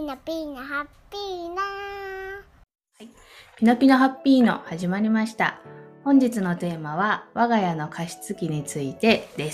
ナピーナハッピーナ。 ピノピノハッピーの始まりました。本日のテーマは我が家の加湿器についてです。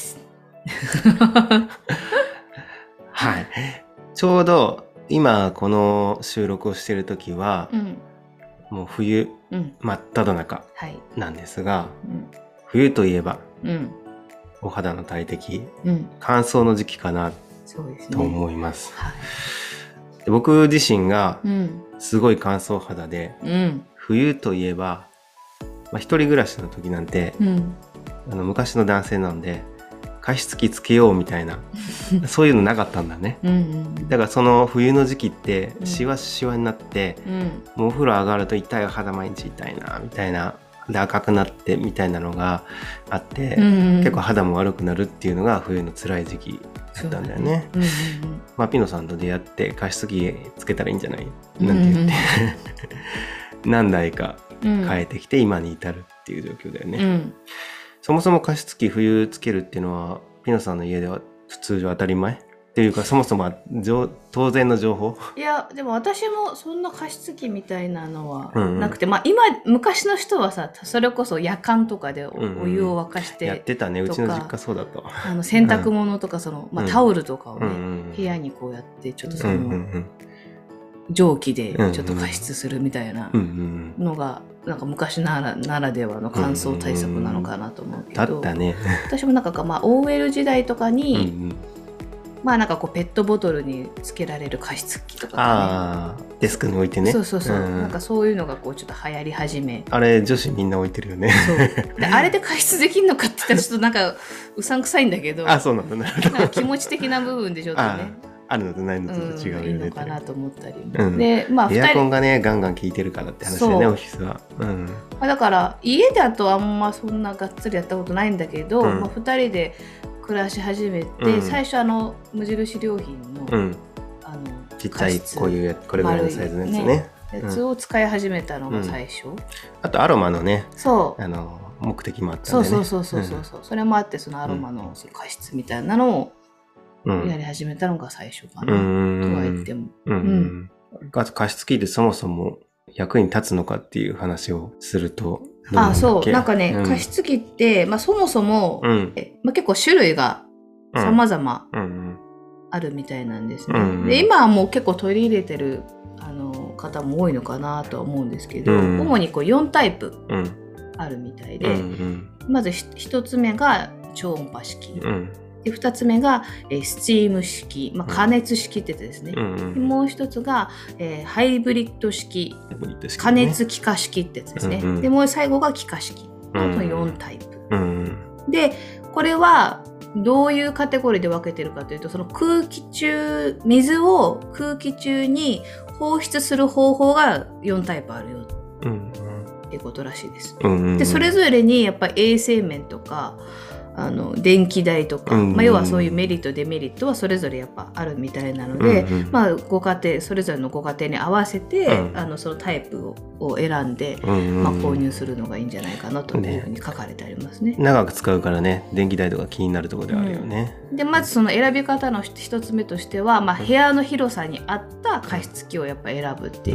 はい。ちょうど今この収録をしている時は、もう冬真っ只中なんですが、冬といえば、お肌の大敵、乾燥の時期かなと思います。で僕自身がすごい乾燥肌で、冬といえば、一人暮らしの時なんて、昔の男性なんで加湿器つけようみたいなそういうのなかったんだね。だからその冬の時期ってシワシワになって、もうお風呂上がると痛い肌毎日痛いなみたいなで赤くなってみたいなのがあって、結構肌も悪くなるっていうのが冬の辛い時期だったんだよね。ピノさんと出会って加湿器つけたらいいんじゃないなんて言って何台か変えてきて今に至るっていう状況だよね。そもそも加湿器冬つけるっていうのはピノさんの家では通常当たり前っていうか、そもそも当然の情報？ いやでも私もそんな加湿器みたいなのはなくて、昔の人はさ、それこそ夜間とかでお湯を沸かして、 やってたね。うちの実家そうだと。 洗濯物とかタオルとかをね、部屋にこうやってちょっとその蒸気でちょっと加湿するみたいなのがなんか昔ならではの乾燥対策なのかなと思うけど、 だったね。 私もなんかOL 時代とかに、なんかこうペットボトルにつけられる加湿器とかね、 デスクに置いてね。 そう、なんかそういうのがこうちょっと流行り始め、 あれ女子みんな置いてるよね。 そうであれで加湿できるのかって言ったらちょっとなんかうさんくさいんだけど、 そうなんだ。 なんか気持ち的な部分でちょっとねあるのとないのと違うよね、 いいのかなと思ったり、 でエアコンがねガンガン効いてるからって話だよね、オフィスは。 だから家だとあんまそんながっつりやったことないんだけど、2人で暮らし始めて、最初無印良品の、 ちっちゃいこれぐらいのサイズのやつね、 やつを使い始めたのが最初。 あとアロマのね、 そう目的もあったんでね。 そう、それもあって、そのアロマの加湿みたいなのをやり始めたのが最初かな、とは言っても。 加湿器ってそもそも役に立つのかっていう話をすると、 そうなんかね、加湿器って、そもそも、結構種類が様々あるみたいなんですね。で今はもう結構取り入れてる方も多いのかなとは思うんですけど、主にこう4タイプあるみたいで、まず1つ目が超音波式、で2つ目が、スチーム式、加熱式ってやつですね。でもう1つが、ハイブリッド式、加熱気化式ってやつですね。でもう最後が気化式の4タイプ、でこれはどういうカテゴリーで分けてるかというと、その水を空気中に放出する方法が4タイプあるよっていうことらしいです。でそれぞれにやっぱり衛生面とか電気代とか、要はそういうメリットデメリットはそれぞれやっぱあるみたいなので、ご家庭それぞれのご家庭に合わせて、そのタイプを選んで、購入するのがいいんじゃないかなというふうに書かれてありますね。 長く使うからね、電気代とか気になるところであるよね。 でまずその選び方の一つ目としては、部屋の広さに合った加湿器をやっぱ選ぶっていう、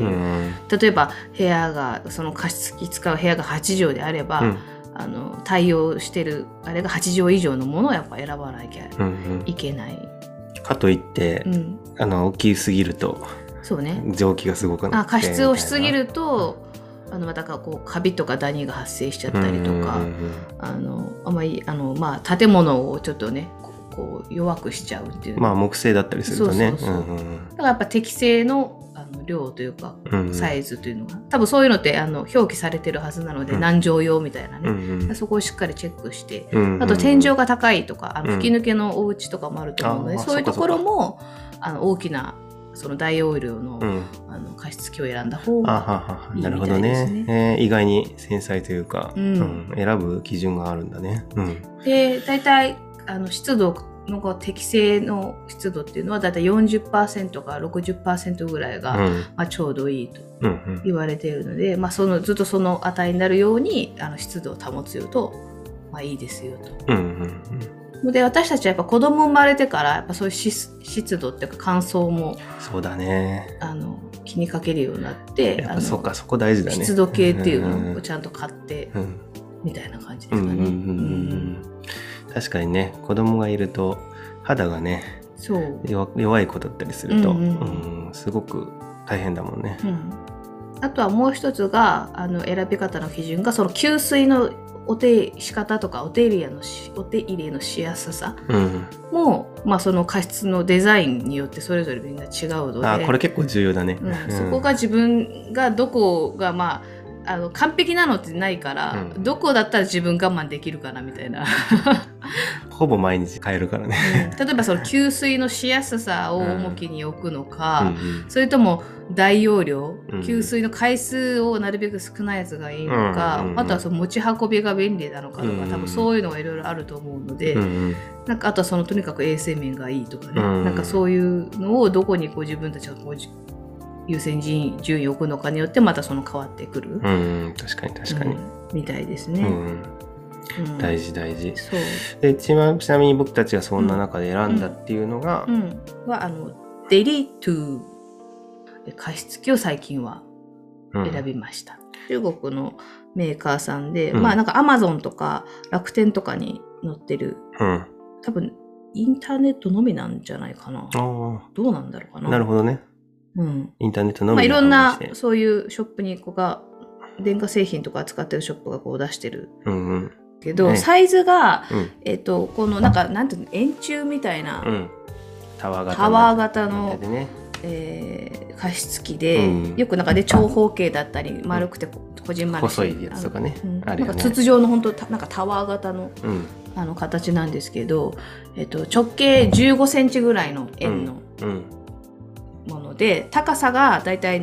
例えばその加湿器使う部屋が8畳であれば、対応してるあれが8畳以上のものをやっぱ選ばなきゃいけない、 かといって、大きすぎるとそうね、 蒸気がすごくなって加湿をしすぎるとまたこうカビとかダニが発生しちゃったりとか、あまり建物をちょっとねこう弱くしちゃうっていう、 木製だったりするとね、だからやっぱ適正の量というかサイズというのが、多分そういうのって表記されてるはずなので、何畳用みたいなね、そこをしっかりチェックして、あと天井が高いとか吹き抜けのお家とかもあると思うので、そういうところも大きなその大容量の加湿器を選んだ方がいいみたいですね。なるほどね。 意外に繊細というか、選ぶ基準があるんだね。 で大体湿度の適正の湿度っていうのはだいたい 40% から 60% ぐらいが、ちょうどいいと言われているので、ずっとその値になるように湿度を保つよと、いいですよと。 で、私たちはやっぱ子供生まれてから、やっぱそういう湿度っていうか乾燥も、 そうだね。 気にかけるようになって、 やっぱそこ大事だね。 湿度計っていうのをちゃんと買って、みたいな感じですかね。 確かにね、子供がいると肌がね、弱い子だったりすると、すごく大変だもんね。 あとはもう一つが選び方の基準がその吸水のお手仕方とかお手入れのしやすさも、その加湿のデザインによってそれぞれみんな違うので、 これ結構重要だね。 そこが自分がどこが完璧なのってないから、どこだったら自分我慢できるかなみたいなほぼ毎日変えるからね、 例えばその吸水のしやすさを重きに置くのか、それとも大容量、吸水の回数をなるべく少ないやつがいいのか、あとはその持ち運びが便利なのかとか、多分そういうのがいろいろあると思うので、なんかあとはそのとにかく衛生面がいいとかね、なんかそういうのをどこに自分たちが優先順位を置くのかによってまたその変わってくる、 確かに、 みたいですね。 大事。でちなみに僕たちがそんな中で選んだっていうのが、 デリトゥ加湿器を最近は選びました。中国のメーカーさんで、なんか Amazon とか楽天とかに載ってる、多分インターネットのみなんじゃないかな。どうなんだろうかな。 なるほどね。インターネットのみいろんなそういうショップに電化製品とか扱ってるショップが出してるけど、サイズが、このなんていうの、円柱みたいな、タワー型の、加湿器で、よく長方形だったり丸くてこじんまり細いやつとかね、 筒状の本当タワー型の、形なんですけど、直径15センチぐらいの円のもので、高さがだいたい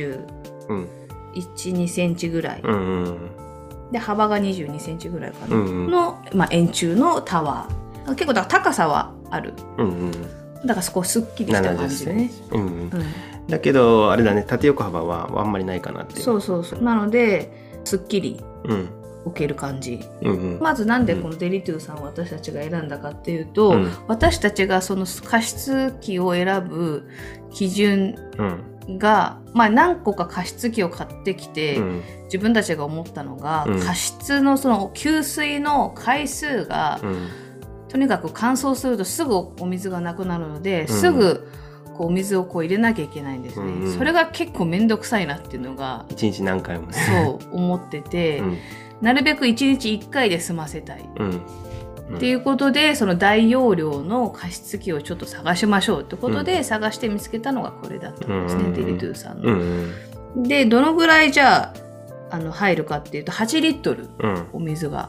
71、2センチぐらい、で幅が22センチぐらいかな、の、円柱のタワー。結構高さはある、だからそこすっきりした感じでね、 だけどあれだね、縦横幅はあんまりないかなって。 そうなのですっきり置ける感じ、まずなんでこのデリトゥさんを私たちが選んだかっていうと、私たちがその加湿器を選ぶ基準が、何個か加湿器を買ってきて、自分たちが思ったのが、加湿のその給水の回数が、とにかく乾燥するとすぐお水がなくなるので、すぐお水を入れなきゃいけないんですね、それが結構めんどくさいなっていうのが 1日何回もね思ってて、なるべく1日1回で済ませたい、っていうことで、その大容量の加湿器をちょっと探しましょうってことで、探して見つけたのがこれだったんですね、デリトゥさんの。でどのぐらいじゃあ入るかっていうと8リットル、お水が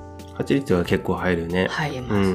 8リットルは結構入るね。 入ります、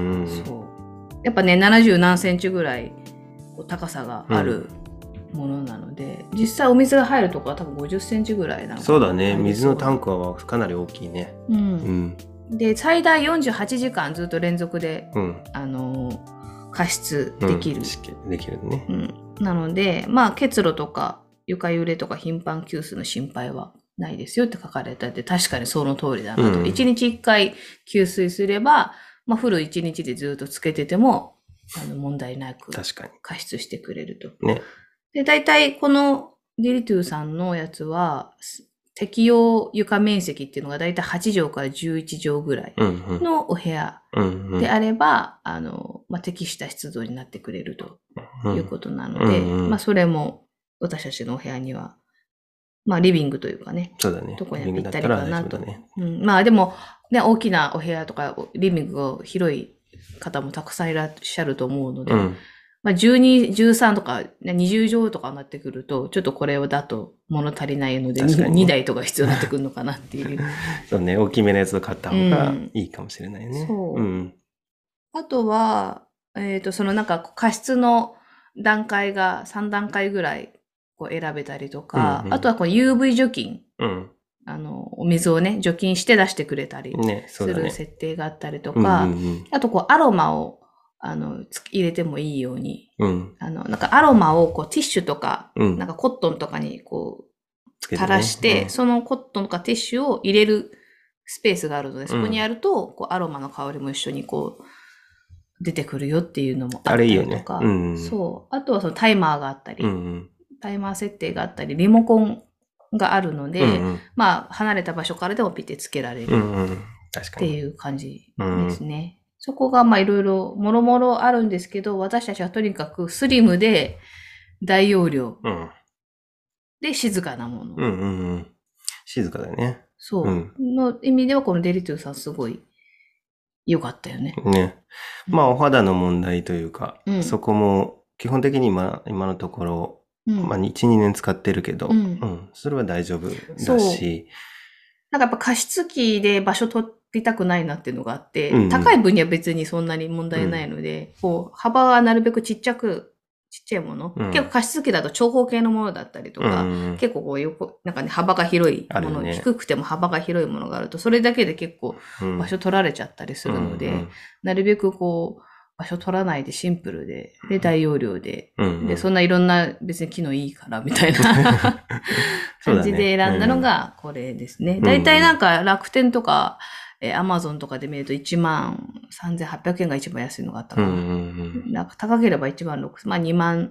そうやっぱね70何センチぐらい高さがあるものなので、実際お水が入るところは多分50センチぐらいなんか。 そうだね、水のタンクはかなり大きいね。 で最大48時間ずっと連続で、加湿できる、 できるね、 なので結露とか床揺れとか頻繁吸水の心配はないですよって書かれてて、確かにその通りだなと、1日1回吸水すれば、フル1日でずっとつけてても問題なく加湿してくれると。で大体このデリトゥさんのやつは適用床面積っていうのが大体8畳から11畳ぐらいのお部屋であれば、適した湿度になってくれるということなので、それも私たちのお部屋にはリビングというかね、どこにぴったりかなと。でも、ね、大きなお部屋とかリビングが広い方もたくさんいらっしゃると思うので、12、13とか20畳とかになってくると、ちょっとこれだと物足りないので、2台とか必要になってくるのかなっていう。 そうね、大きめのやつを買った方がいいかもしれないね。 あとは、その加湿の段階が3段階ぐらい選べたりとか、あとはUV 除菌。お水をね、除菌して出してくれたりする設定があったりとか、あとアロマを入れてもいいように、アロマをティッシュとか、コットンとかに垂らして、そのコットンとかティッシュを入れるスペースがあるので、そこにやると、アロマの香りも一緒に出てくるよっていうのもあったりとか。 あれいいよね。 そう。あとはそのタイマーがあったり、タイマー設定があったり、リモコンがあるので、まあ、離れた場所からでもピッてつけられるっていう感じですね。そこがまあいろいろもろもろあるんですけど、私たちはとにかくスリムで大容量で静かなもの。 静かだね。 そう。の意味ではこのデリトゥさんすごい良かったよね。 ね。まあお肌の問題というか、そこも基本的に今のところ、まあ1、2年使ってるけど、それは大丈夫だし。 なんかやっぱ加湿器で場所取りたくないなっていうのがあって、高い分には別にそんなに問題ないので、こう、幅はなるべくちっちゃいもの、結構加湿器だと長方形のものだったりとか、結構こうなんかね、幅が広いもの、低くても幅が広いものがあると、それだけで結構場所取られちゃったりするので、なるべくこう、場所取らないでシンプルで、で、大容量で、で、そんないろんな別に機能いいからみたいな感じで選んだのがこれですね。だいたいなんか楽天とか、アマゾンとかで見ると13,800円が一番安いのがあったかな。なんか高ければ16,000、まあ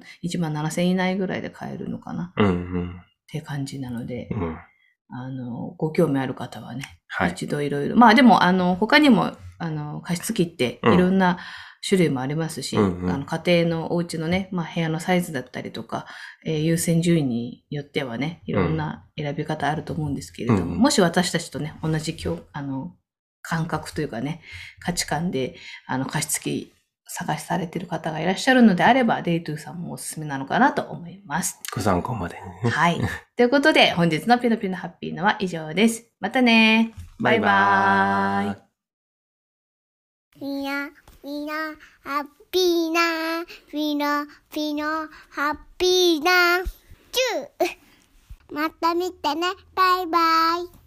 17,000円以内ぐらいで買えるのかな。って感じなので、ご興味ある方はね、一度いろいろ。まあでも、他にも、加湿器っていろんな種類もありますし、家庭のお家のね、まあ部屋のサイズだったりとか、優先順位によってはね、いろんな選び方あると思うんですけれども、もし私たちとね、同じ感覚というかね、価値観で、加湿器探しされている方がいらっしゃるのであれば、デイトゥーさんもおすすめなのかなと思います。 ご参考までね。 はい。ということで、本日のピノピノハッピーのは以上です。またね。バイバーイ。 ピノハッピーな、ピノハッピーな、チュー。また見てね。バイバイ。